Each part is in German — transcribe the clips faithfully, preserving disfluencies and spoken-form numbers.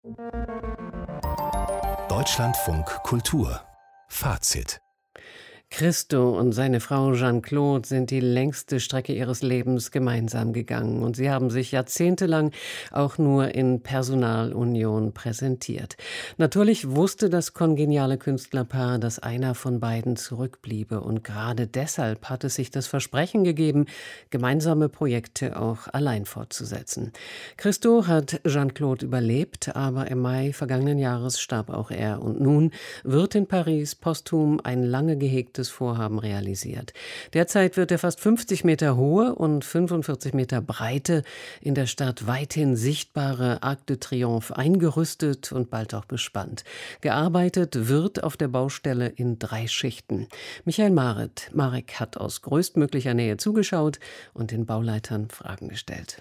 Deutschlandfunk Kultur Fazit. Christo und seine Frau Jeanne-Claude sind die längste Strecke ihres Lebens gemeinsam gegangen und sie haben sich jahrzehntelang auch nur in Personalunion präsentiert. Natürlich wusste das kongeniale Künstlerpaar, dass einer von beiden zurückbliebe und gerade deshalb hat es sich das Versprechen gegeben, gemeinsame Projekte auch allein fortzusetzen. Christo hat Jeanne-Claude überlebt, aber im Mai vergangenen Jahres starb auch er und nun wird in Paris posthum ein lange gehegtes Vorhaben realisiert. Derzeit wird der fast fünfzig Meter hohe und fünfundvierzig Meter breite, in der Stadt weithin sichtbare Arc de Triomphe eingerüstet und bald auch bespannt. Gearbeitet wird auf der Baustelle in drei Schichten. Michael Maret, Marek hat aus größtmöglicher Nähe zugeschaut und den Bauleitern Fragen gestellt.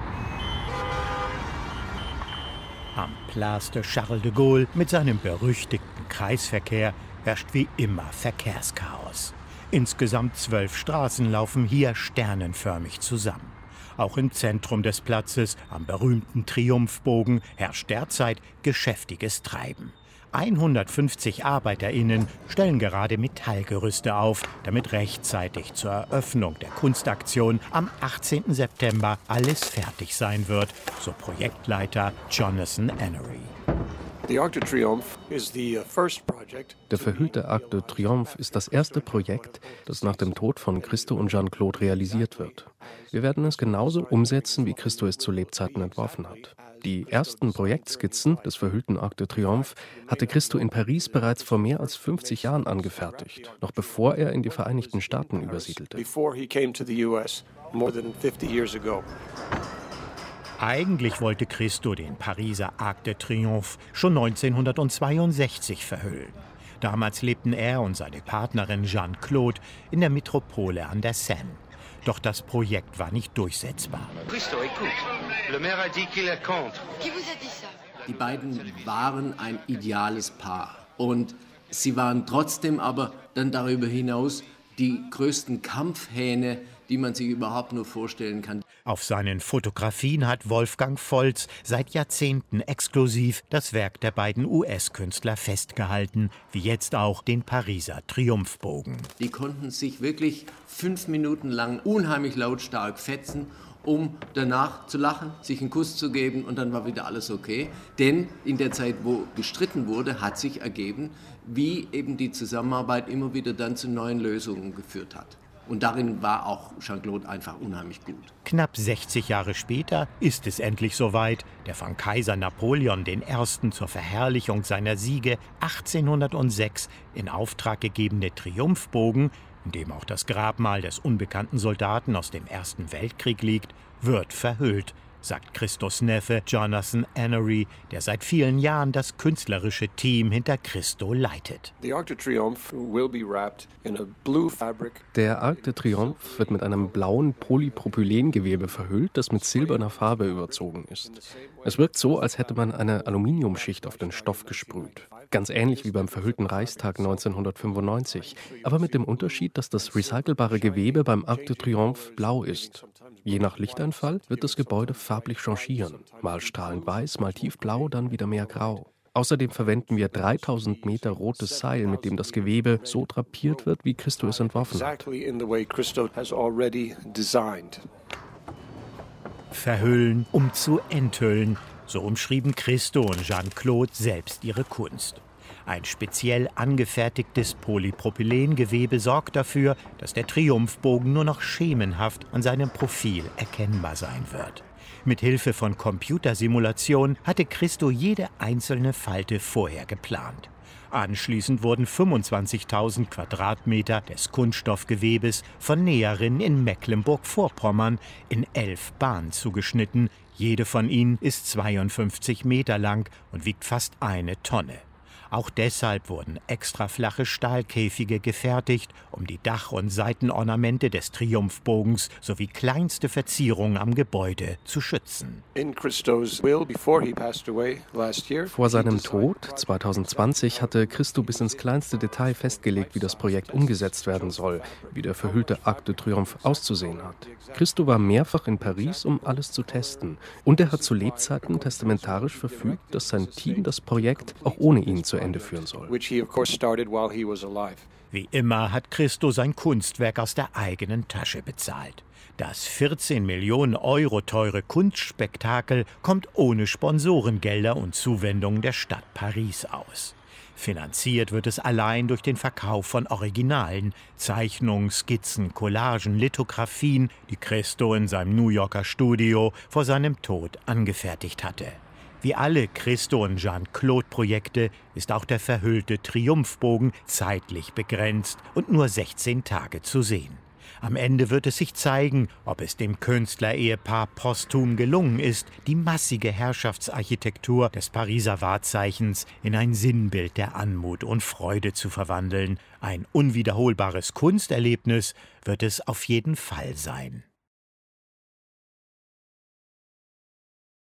Am Place de Charles de Gaulle mit seinem berüchtigten Kreisverkehr herrscht wie immer Verkehrschaos. Insgesamt zwölf Straßen laufen hier sternenförmig zusammen. Auch im Zentrum des Platzes, am berühmten Triumphbogen, herrscht derzeit geschäftiges Treiben. hundertfünfzig ArbeiterInnen stellen gerade Metallgerüste auf, damit rechtzeitig zur Eröffnung der Kunstaktion am achtzehnten September alles fertig sein wird, so Projektleiter Jonathan Enery. Der verhüllte Arc de Triomphe ist das erste Projekt, das nach dem Tod von Christo und Jeanne-Claude realisiert wird. Wir werden es genauso umsetzen, wie Christo es zu Lebzeiten entworfen hat. Die ersten Projektskizzen des verhüllten Arc de Triomphe hatte Christo in Paris bereits vor mehr als fünfzig Jahren angefertigt, noch bevor er in die Vereinigten Staaten übersiedelte. Eigentlich wollte Christo den Pariser Arc de Triomphe schon neunzehnhundertzweiundsechzig verhüllen. Damals lebten er und seine Partnerin Jeanne-Claude in der Metropole an der Seine. Doch das Projekt war nicht durchsetzbar. Die beiden waren ein ideales Paar und sie waren trotzdem aber dann darüber hinaus die größten Kampfhähne, die man sich überhaupt nur vorstellen kann. Auf seinen Fotografien hat Wolfgang Volz seit Jahrzehnten exklusiv das Werk der beiden U S-Künstler festgehalten, wie jetzt auch den Pariser Triumphbogen. Die konnten sich wirklich fünf Minuten lang unheimlich lautstark fetzen, um danach zu lachen, sich einen Kuss zu geben und dann war wieder alles okay. Denn in der Zeit, wo gestritten wurde, hat sich ergeben, wie eben die Zusammenarbeit immer wieder dann zu neuen Lösungen geführt hat. Und darin war auch Jeanne-Claude einfach unheimlich gut. Knapp sechzig Jahre später ist es endlich soweit. Der von Kaiser Napoleon der Erste. Zur Verherrlichung seiner Siege achtzehnhundertsechs in Auftrag gegebene Triumphbogen, in dem auch das Grabmal des unbekannten Soldaten aus dem Ersten Weltkrieg liegt, wird verhüllt, sagt Christos Neffe Jonathan Enery, der seit vielen Jahren das künstlerische Team hinter Christo leitet. Der Arc de Triomphe wird mit einem blauen Polypropylengewebe verhüllt, das mit silberner Farbe überzogen ist. Es wirkt so, als hätte man eine Aluminiumschicht auf den Stoff gesprüht. Ganz ähnlich wie beim verhüllten Reichstag neunzehnhundertfünfundneunzig, aber mit dem Unterschied, dass das recycelbare Gewebe beim Arc de Triomphe blau ist. Je nach Lichteinfall wird das Gebäude farblich changieren. Mal strahlend weiß, mal tiefblau, dann wieder mehr grau. Außerdem verwenden wir dreitausend Meter rotes Seil, mit dem das Gewebe so drapiert wird, wie Christo es entworfen hat. Verhüllen, um zu enthüllen. So umschrieben Christo und Jeanne-Claude selbst ihre Kunst. Ein speziell angefertigtes Polypropylengewebe sorgt dafür, dass der Triumphbogen nur noch schemenhaft an seinem Profil erkennbar sein wird. Mit Hilfe von Computersimulation hatte Christo jede einzelne Falte vorher geplant. Anschließend wurden fünfundzwanzigtausend Quadratmeter des Kunststoffgewebes von Näherinnen in Mecklenburg-Vorpommern in elf Bahnen zugeschnitten. Jede von ihnen ist zweiundfünfzig Meter lang und wiegt fast eine Tonne. Auch deshalb wurden extra flache Stahlkäfige gefertigt, um die Dach- und Seitenornamente des Triumphbogens sowie kleinste Verzierungen am Gebäude zu schützen. Vor seinem Tod zweitausendzwanzig hatte Christo bis ins kleinste Detail festgelegt, wie das Projekt umgesetzt werden soll, wie der verhüllte Arc de Triomphe auszusehen hat. Christo war mehrfach in Paris, um alles zu testen. Und er hat zu Lebzeiten testamentarisch verfügt, dass sein Team das Projekt auch ohne ihn zu Ende führen soll. Wie immer hat Christo sein Kunstwerk aus der eigenen Tasche bezahlt. Das vierzehn Millionen Euro teure Kunstspektakel kommt ohne Sponsorengelder und Zuwendungen der Stadt Paris aus. Finanziert wird es allein durch den Verkauf von Originalen, Zeichnungen, Skizzen, Collagen, Lithografien, die Christo in seinem New Yorker Studio vor seinem Tod angefertigt hatte. Wie alle Christo- und Jeanne-Claude-Projekte ist auch der verhüllte Triumphbogen zeitlich begrenzt und nur sechzehn Tage zu sehen. Am Ende wird es sich zeigen, ob es dem Künstlerehepaar posthum gelungen ist, die massige Herrschaftsarchitektur des Pariser Wahrzeichens in ein Sinnbild der Anmut und Freude zu verwandeln. Ein unwiederholbares Kunsterlebnis wird es auf jeden Fall sein.